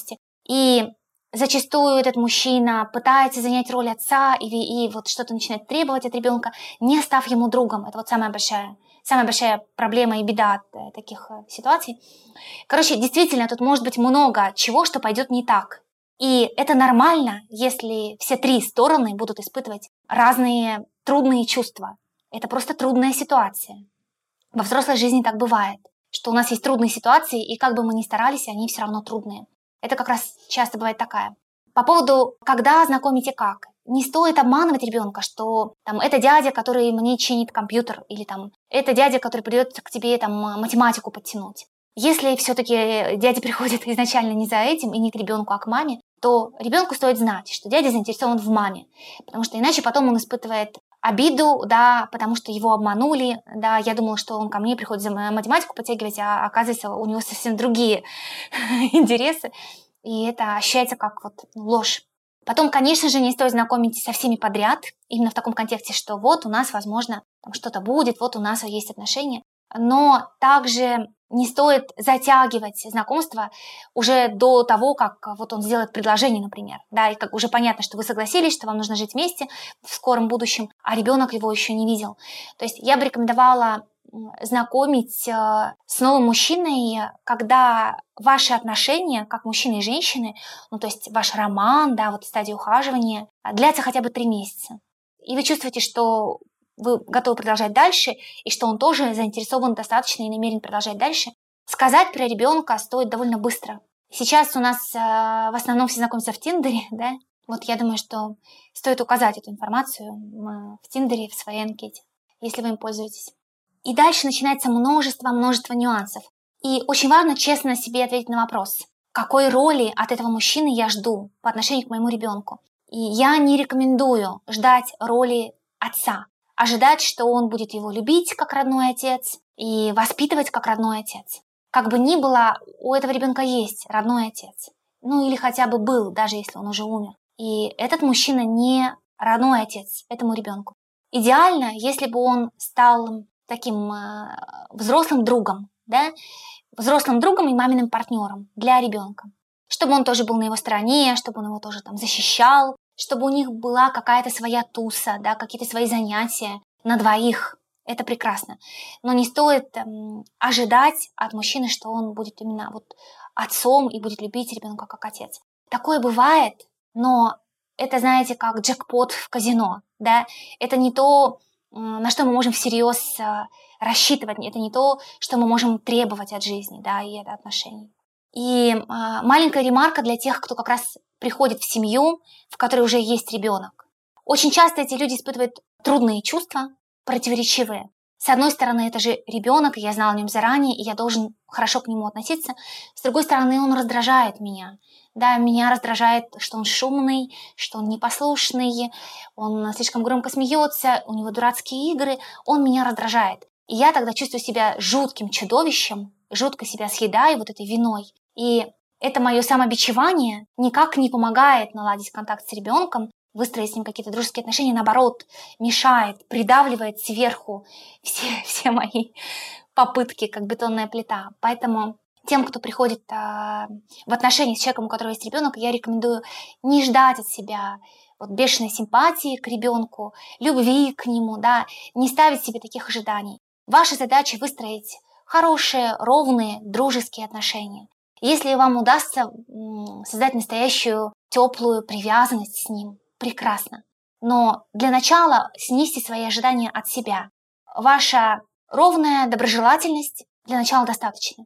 И зачастую этот мужчина пытается занять роль отца и, и вот что-то начинает требовать от ребенка, не став ему другом. Это вот самая большая, самая большая проблема и беда от таких ситуаций. Короче, действительно, тут может быть много чего, что пойдет не так. И это нормально, если все три стороны будут испытывать разные трудные чувства. Это просто трудная ситуация. Во взрослой жизни так бывает, что у нас есть трудные ситуации, и как бы мы ни старались, они все равно трудные. Это как раз часто бывает такая. По поводу, когда знакомить и как. Не стоит обманывать ребенка, что там, это дядя, который мне чинит компьютер, или там, это дядя, который придет к тебе там, математику подтянуть. Если все-таки дядя приходит изначально не за этим, и не к ребенку, а к маме, то ребенку стоит знать, что дядя заинтересован в маме, потому что иначе потом он испытывает обиду, да, потому что его обманули, да, я думала, что он ко мне приходит за математику подтягивать, а оказывается, у него совсем другие интересы, и это ощущается как вот ложь. Потом, конечно же, не стоит знакомить со всеми подряд, именно в таком контексте, что вот у нас, возможно, там что-то будет, вот у нас есть отношения, но также не стоит затягивать знакомство уже до того, как вот он сделает предложение, например, да, и как уже понятно, что вы согласились, что вам нужно жить вместе в скором будущем, а ребенок его еще не видел. То есть я бы рекомендовала знакомить с новым мужчиной, когда ваши отношения, как мужчины и женщины, ну, то есть ваш роман, да, вот стадия ухаживания, длятся хотя бы три месяца. И вы чувствуете, что вы готовы продолжать дальше, и что он тоже заинтересован достаточно и намерен продолжать дальше. Сказать про ребенка стоит довольно быстро. Сейчас у нас э, в основном все знакомятся в Тиндере, да? Вот я думаю, что стоит указать эту информацию в Тиндере, в своей анкете, если вы им пользуетесь. И дальше начинается множество-множество нюансов. И очень важно честно себе ответить на вопрос, какой роли от этого мужчины я жду по отношению к моему ребенку. И я не рекомендую ждать роли отца. Ожидать, что он будет его любить как родной отец и воспитывать как родной отец. Как бы ни было, у этого ребенка есть родной отец. Ну или хотя бы был, даже если он уже умер. И этот мужчина не родной отец этому ребенку. Идеально, если бы он стал таким э, взрослым другом, да? Взрослым другом и маминым партнером для ребенка. Чтобы он тоже был на его стороне, чтобы он его тоже там защищал, чтобы у них была какая-то своя туса, да, какие-то свои занятия на двоих. Это прекрасно. Но не стоит эм, ожидать от мужчины, что он будет именно вот отцом и будет любить ребенка как отец. Такое бывает, но это, знаете, как джекпот в казино. Да? Это не то, на что мы можем всерьез э, рассчитывать, это не то, что мы можем требовать от жизни, да, и от отношений. И э, маленькая ремарка для тех, кто как раз приходит в семью, в которой уже есть ребенок. Очень часто эти люди испытывают трудные чувства, противоречивые. С одной стороны, это же ребенок, я знала о нем заранее, и я должен хорошо к нему относиться. С другой стороны, он раздражает меня. Да, меня раздражает, что он шумный, что он непослушный, он слишком громко смеется, у него дурацкие игры, он меня раздражает. И я тогда чувствую себя жутким чудовищем, жутко себя съедаю вот этой виной. И это мое самобичевание никак не помогает наладить контакт с ребенком, выстроить с ним какие-то дружеские отношения, наоборот, мешает, придавливает сверху все, все мои попытки, как бетонная плита. Поэтому тем, кто приходит а, в отношения с человеком, у которого есть ребенок, я рекомендую не ждать от себя вот, бешеной симпатии к ребенку, любви к нему, да, не ставить себе таких ожиданий. Ваша задача выстроить хорошие, ровные, дружеские отношения. Если вам удастся м, создать настоящую теплую привязанность с ним, прекрасно. Но для начала снизьте свои ожидания от себя. Ваша ровная доброжелательность для начала достаточно.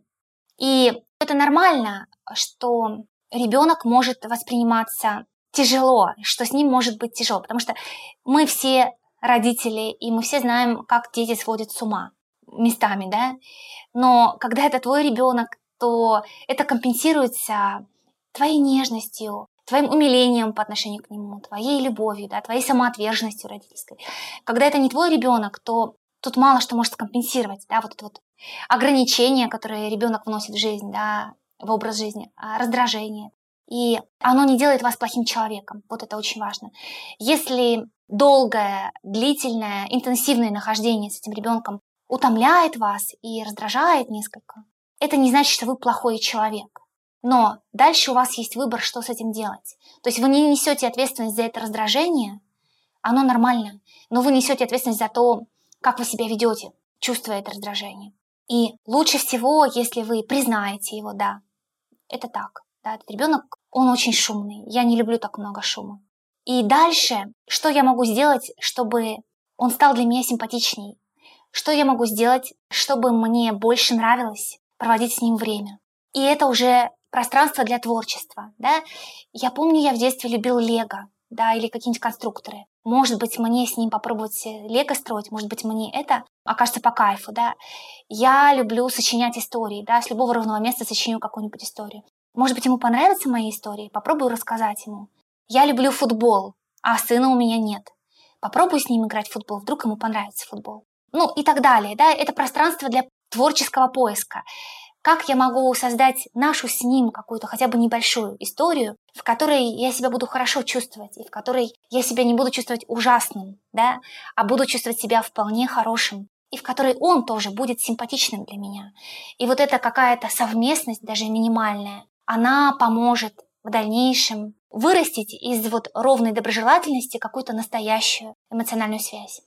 И это нормально, что ребенок может восприниматься тяжело, что с ним может быть тяжело, потому что мы все родители, и мы все знаем, как дети сводят с ума местами, да. Но когда это твой ребенок, то это компенсируется твоей нежностью, твоим умилением по отношению к нему, твоей любовью, да, твоей самоотверженностью родительской. Когда это не твой ребенок, то тут мало что может компенсировать, да, вот это вот ограничения, которые ребенок вносит в жизнь, да, в образ жизни, раздражение. И оно не делает вас плохим человеком. Вот это очень важно. Если долгое, длительное, интенсивное нахождение с этим ребенком утомляет вас и раздражает несколько, это не значит, что вы плохой человек. Но дальше у вас есть выбор, что с этим делать. То есть вы не несете ответственность за это раздражение, оно нормально, но вы несете ответственность за то, как вы себя ведете, чувствуя это раздражение. И лучше всего, если вы признаете его, да, это так. Да, этот ребенок, он очень шумный, я не люблю так много шума. И дальше, что я могу сделать, чтобы он стал для меня симпатичней? Что я могу сделать, чтобы мне больше нравилось проводить с ним время? И это уже пространство для творчества. Да? Я помню, я в детстве любил лего, да, или какие-нибудь конструкторы. Может быть, мне с ним попробовать лего строить, может быть, мне это окажется по кайфу. Да? Я люблю сочинять истории, да, с любого ровного места сочиню какую-нибудь историю. Может быть, ему понравятся мои истории, попробую рассказать ему. Я люблю футбол, а сына у меня нет. Попробую с ним играть в футбол, вдруг ему понравится футбол. Ну и так далее. Да? Это пространство для творческого поиска. Как я могу создать нашу с ним какую-то хотя бы небольшую историю, в которой я себя буду хорошо чувствовать, и в которой я себя не буду чувствовать ужасным, да? А буду чувствовать себя вполне хорошим, и в которой он тоже будет симпатичным для меня. И вот эта какая-то совместность, даже минимальная, она поможет в дальнейшем вырастить из вот ровной доброжелательности какую-то настоящую эмоциональную связь.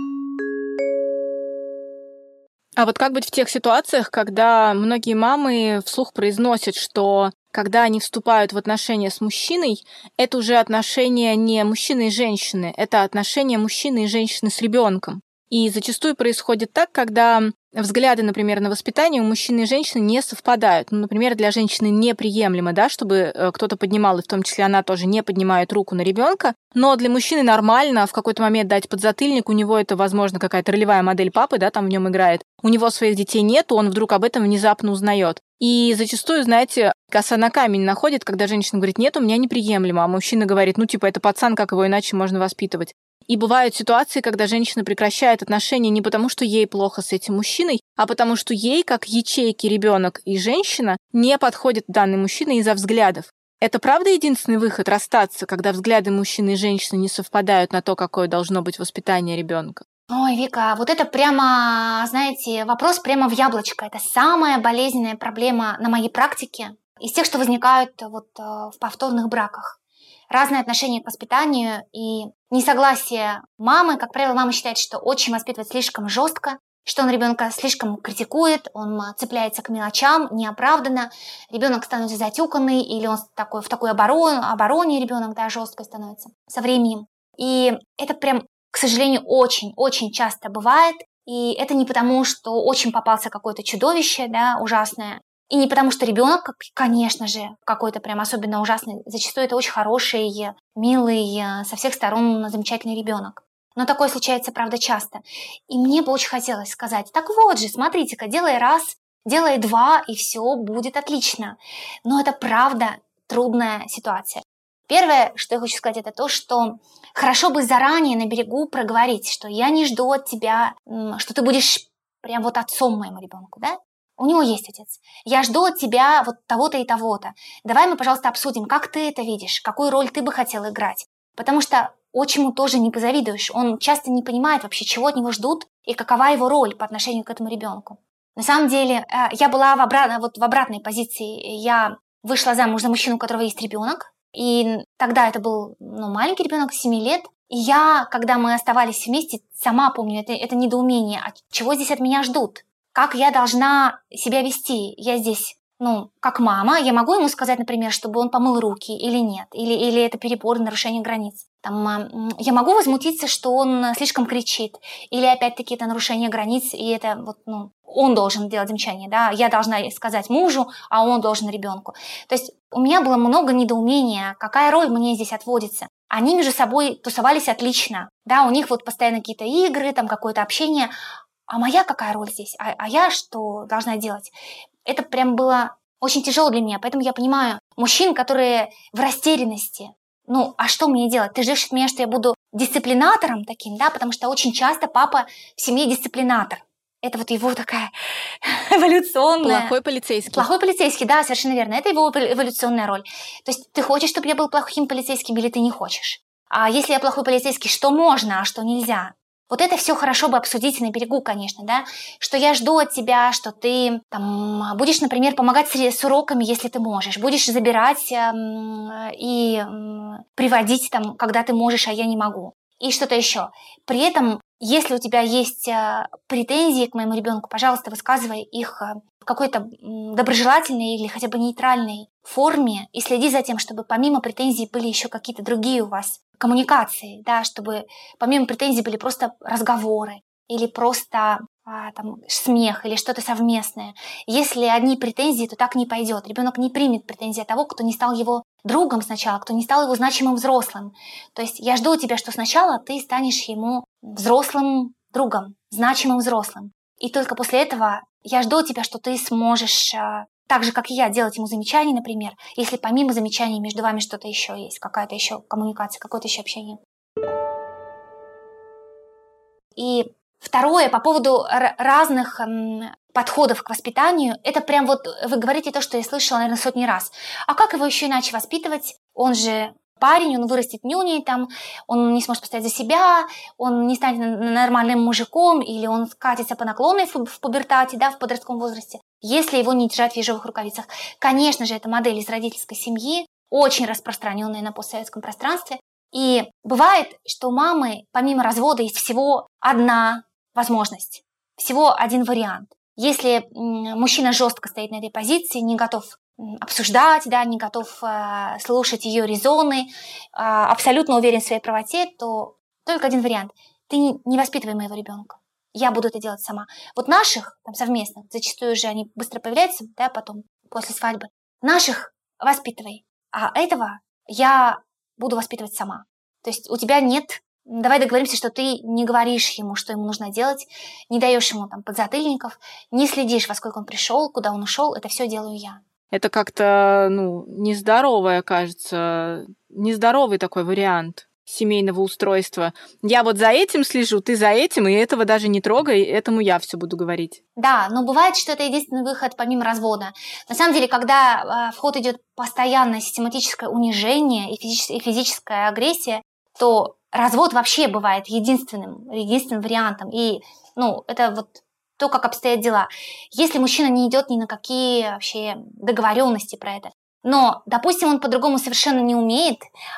А вот как быть в тех ситуациях, когда многие мамы вслух произносят, что когда они вступают в отношения с мужчиной, это уже отношения не мужчины и женщины, это отношения мужчины и женщины с ребенком. И зачастую происходит так, когда взгляды, например, на воспитание у мужчины и женщины не совпадают. Ну, например, для женщины неприемлемо, да, чтобы кто-то поднимал, и в том числе она тоже не поднимает руку на ребенка. Но для мужчины нормально в какой-то момент дать подзатыльник, у него это, возможно, какая-то ролевая модель папы, да, там в нем играет. У него своих детей нет, он вдруг об этом внезапно узнает. И зачастую, знаете, коса на камень находит, когда женщина говорит: нет, у меня неприемлемо, а мужчина говорит: ну, типа, это пацан, как его иначе можно воспитывать. И бывают ситуации, когда женщина прекращает отношения не потому, что ей плохо с этим мужчиной, а потому что ей, как ячейки ребенок и женщина, не подходит данный мужчина из-за взглядов. Это правда единственный выход — расстаться, когда взгляды мужчины и женщины не совпадают на то, какое должно быть воспитание ребенка? Ой, Вика, вот это прямо, знаете, вопрос прямо в яблочко. Это самая болезненная проблема на моей практике из тех, что возникают вот в повторных браках. Разное отношение к воспитанию и несогласие мамы. Как правило, мама считает, что отчим воспитывает слишком жестко, что он ребенка слишком критикует, он цепляется к мелочам неоправданно, ребенок становится затюканный, или он такой, в такой обороне, обороне ребенок, да, жесткой становится со временем. И это прям, к сожалению, очень-очень часто бывает. И это не потому, что отчим попался какое-то чудовище, да, ужасное, и не потому, что ребенок, конечно же, какой-то прям особенно ужасный. Зачастую это очень хороший, милый, со всех сторон замечательный ребенок. Но такое случается, правда, часто. И мне бы очень хотелось сказать: так вот же, смотрите-ка, делай раз, делай два, и все будет отлично. Но это, правда, трудная ситуация. Первое, что я хочу сказать, это то, что хорошо бы заранее на берегу проговорить, что я не жду от тебя, что ты будешь прям вот отцом моему ребенку, да? У него есть отец. Я жду от тебя вот того-то и того-то. Давай мы, пожалуйста, обсудим, как ты это видишь, какую роль ты бы хотел играть. Потому что отчиму тоже не позавидуешь. Он часто не понимает вообще, чего от него ждут и какова его роль по отношению к этому ребенку. На самом деле, я была в, обра... вот в обратной позиции. Я вышла замуж за мужчину, у которого есть ребенок. И тогда это был ну, маленький ребенок, семи лет. И я, когда мы оставались вместе, сама помню это, это недоумение. А чего здесь от меня ждут? Как я должна себя вести? Я здесь, ну, как мама, я могу ему сказать, например, чтобы он помыл руки или нет? Или, или это перебор, нарушение границ? Там, я могу возмутиться, что он слишком кричит? Или опять-таки это нарушение границ, и это вот, ну, он должен делать замечание, да? Я должна сказать мужу, а он должен ребенку. То есть у меня было много недоумения, какая роль мне здесь отводится. Они между собой тусовались отлично, да, у них вот постоянно какие-то игры, там какое-то общение. А моя какая роль здесь? А, а я что должна делать? Это прям было очень тяжело для меня. Поэтому я понимаю мужчин, которые в растерянности. Ну, а что мне делать? Ты ждешь от меня, что я буду дисциплинатором таким, да? Потому что очень часто папа в семье дисциплинатор. Это вот его такая эволюционная... Плохой полицейский. Плохой полицейский, да, совершенно верно. Это его эволюционная роль. То есть ты хочешь, чтобы я был плохим полицейским, или ты не хочешь? А если я плохой полицейский, что можно, а что нельзя? Вот это все хорошо бы обсудить на берегу, конечно, да, что я жду от тебя, что ты там будешь, например, помогать с, с уроками, если ты можешь, будешь забирать эм, и эм, приводить там, когда ты можешь, а я не могу. И что-то еще. При этом, если у тебя есть э, претензии к моему ребенку, пожалуйста, высказывай их э, в какой-то м, доброжелательной или хотя бы нейтральной форме и следи за тем, чтобы помимо претензий были еще какие-то другие у вас коммуникации, да, чтобы помимо претензий были просто разговоры или просто а, там, смех или что-то совместное. Если одни претензии, то так не пойдет. Ребенок не примет претензии от того, кто не стал его другом сначала, кто не стал его значимым взрослым. То есть я жду от тебя, что сначала ты станешь ему взрослым другом, значимым взрослым. И только после этого я жду от тебя, что ты сможешь, а, так же, как и я, делать ему замечания, например, если помимо замечаний между вами что-то еще есть, какая-то еще коммуникация, какое-то еще общение. И второе, по поводу р- разных м, подходов к воспитанию, это прям вот вы говорите то, что я слышала, наверное, сотни раз. А как его еще иначе воспитывать? Он же парень, он вырастет нюней, там, он не сможет постоять за себя, он не станет нормальным мужиком, или он скатится по наклонной в, в пубертате, да, в подростковом возрасте, если его не держать в ежовых рукавицах. Конечно же, это модель из родительской семьи, очень распространенная на постсоветском пространстве. И бывает, что у мамы помимо развода есть всего одна возможность, всего один вариант. Если мужчина жестко стоит на этой позиции, не готов обсуждать, да, не готов э, слушать ее резоны, э, абсолютно уверен в своей правоте, то только один вариант. Ты не, не воспитывай моего ребенка. Я буду это делать сама. Вот наших, там, совместных, зачастую же они быстро появляются, да, потом, после свадьбы, наших воспитывай, а этого я буду воспитывать сама. То есть у тебя нет... Давай договоримся, что ты не говоришь ему, что ему нужно делать, не даешь ему там подзатыльников, не следишь, во сколько он пришел, куда он ушел, это все делаю я. Это как-то, ну, нездоровое, кажется, нездоровый такой вариант семейного устройства. Я вот за этим слежу, ты за этим, и этого даже не трогай, этому я все буду говорить. Да, но бывает, что это единственный выход помимо развода. На самом деле, когда э, в ход идет постоянное систематическое унижение и, физическ- и физическая агрессия, то развод вообще бывает единственным, единственным вариантом. И, ну, это вот то, как обстоят дела. Если мужчина не идет ни на какие вообще договоренности про это, но, допустим, он по-другому совершенно не умеет,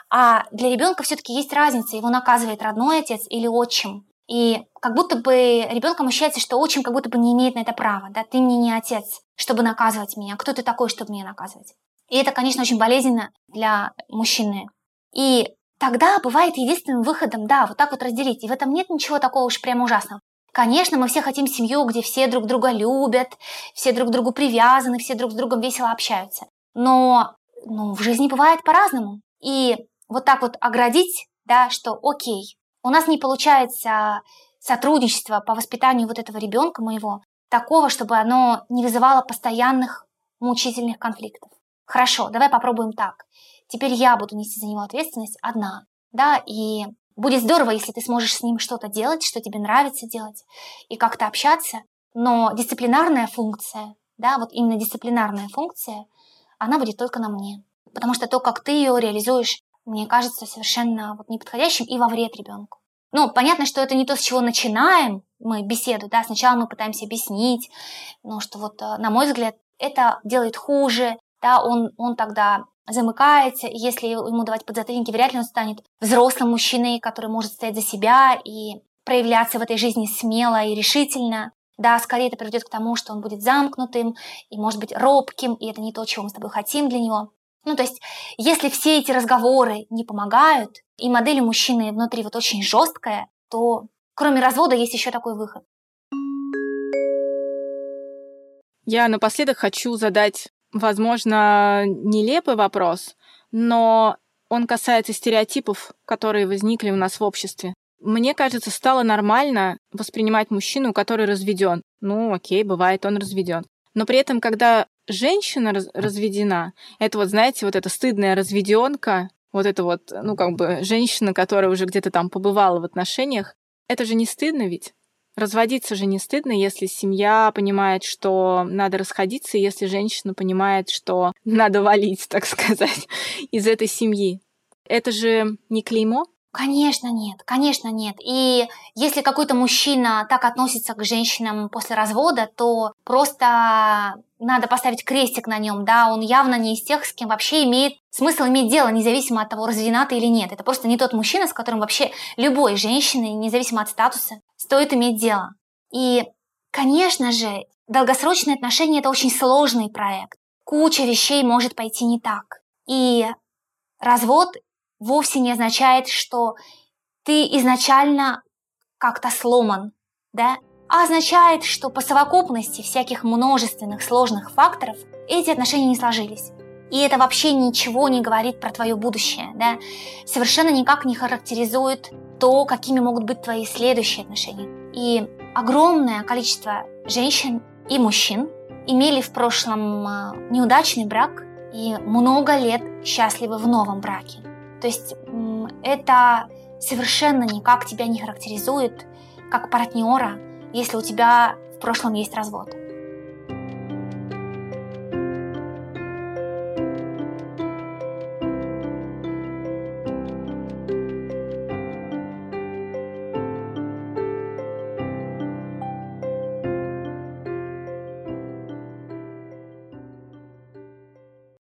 а для ребенка все-таки есть разница, его наказывает родной отец или отчим. И как будто бы ребенком ощущается, что отчим как будто бы не имеет на это права. Да? Ты мне не отец, чтобы наказывать меня. Кто ты такой, чтобы меня наказывать? И это, конечно, очень болезненно для мужчины. И тогда бывает единственным выходом, да, вот так вот разделить. И в этом нет ничего такого уж прямо ужасного. Конечно, мы все хотим семью, где все друг друга любят, все друг к другу привязаны, все друг с другом весело общаются. Но ну, в жизни бывает по-разному. И вот так вот оградить, да, что окей, у нас не получается сотрудничество по воспитанию вот этого ребенка моего, такого, чтобы оно не вызывало постоянных мучительных конфликтов. Хорошо, давай попробуем так. Теперь я буду нести за него ответственность одна, да, и будет здорово, если ты сможешь с ним что-то делать, что тебе нравится делать, и как-то общаться, но дисциплинарная функция, да, вот именно дисциплинарная функция, она будет только на мне. Потому что то, как ты ее реализуешь, мне кажется совершенно вот неподходящим и во вред ребенку. Ну, понятно, что это не то, с чего начинаем мы беседу, да, сначала мы пытаемся объяснить, ну, что вот, на мой взгляд, это делает хуже, да, он, он тогда замыкается, и если ему давать подзатыльники, вряд ли он станет взрослым мужчиной, который может стоять за себя и проявляться в этой жизни смело и решительно. Да, скорее это приведет к тому, что он будет замкнутым и, может быть, робким, и это не то, чего мы с тобой хотим для него. Ну, то есть, если все эти разговоры не помогают, и модель у мужчины внутри вот очень жесткая, то кроме развода есть еще такой выход. Я напоследок хочу задать, возможно, нелепый вопрос, но он касается стереотипов, которые возникли у нас в обществе. Мне кажется, стало нормально воспринимать мужчину, который разведен. Ну, окей, бывает, он разведен. Но при этом, когда женщина раз- разведена, это вот, знаете, вот эта стыдная разведенка, вот это вот, ну, как бы женщина, которая уже где-то там побывала в отношениях, это же не стыдно ведь? Разводиться же не стыдно, если семья понимает, что надо расходиться, и если женщина понимает, что надо валить, так сказать, из этой семьи. Это же не клеймо? Конечно, нет, конечно, нет. И если какой-то мужчина так относится к женщинам после развода, то просто надо поставить крестик на нем, да, он явно не из тех, с кем вообще имеет смысл иметь дело, независимо от того, разведена ты или нет. Это просто не тот мужчина, с которым вообще любой женщине, независимо от статуса, стоит иметь дело. И, конечно же, долгосрочные отношения – это очень сложный проект. Куча вещей может пойти не так. И развод вовсе не означает, что ты изначально как-то сломан, да? А означает, что по совокупности всяких множественных сложных факторов эти отношения не сложились. И это вообще ничего не говорит про твое будущее, да? Совершенно никак не характеризует то, какими могут быть твои следующие отношения. И огромное количество женщин и мужчин имели в прошлом неудачный брак и много лет счастливы в новом браке. То есть это совершенно никак тебя не характеризует как партнера, если у тебя в прошлом есть развод.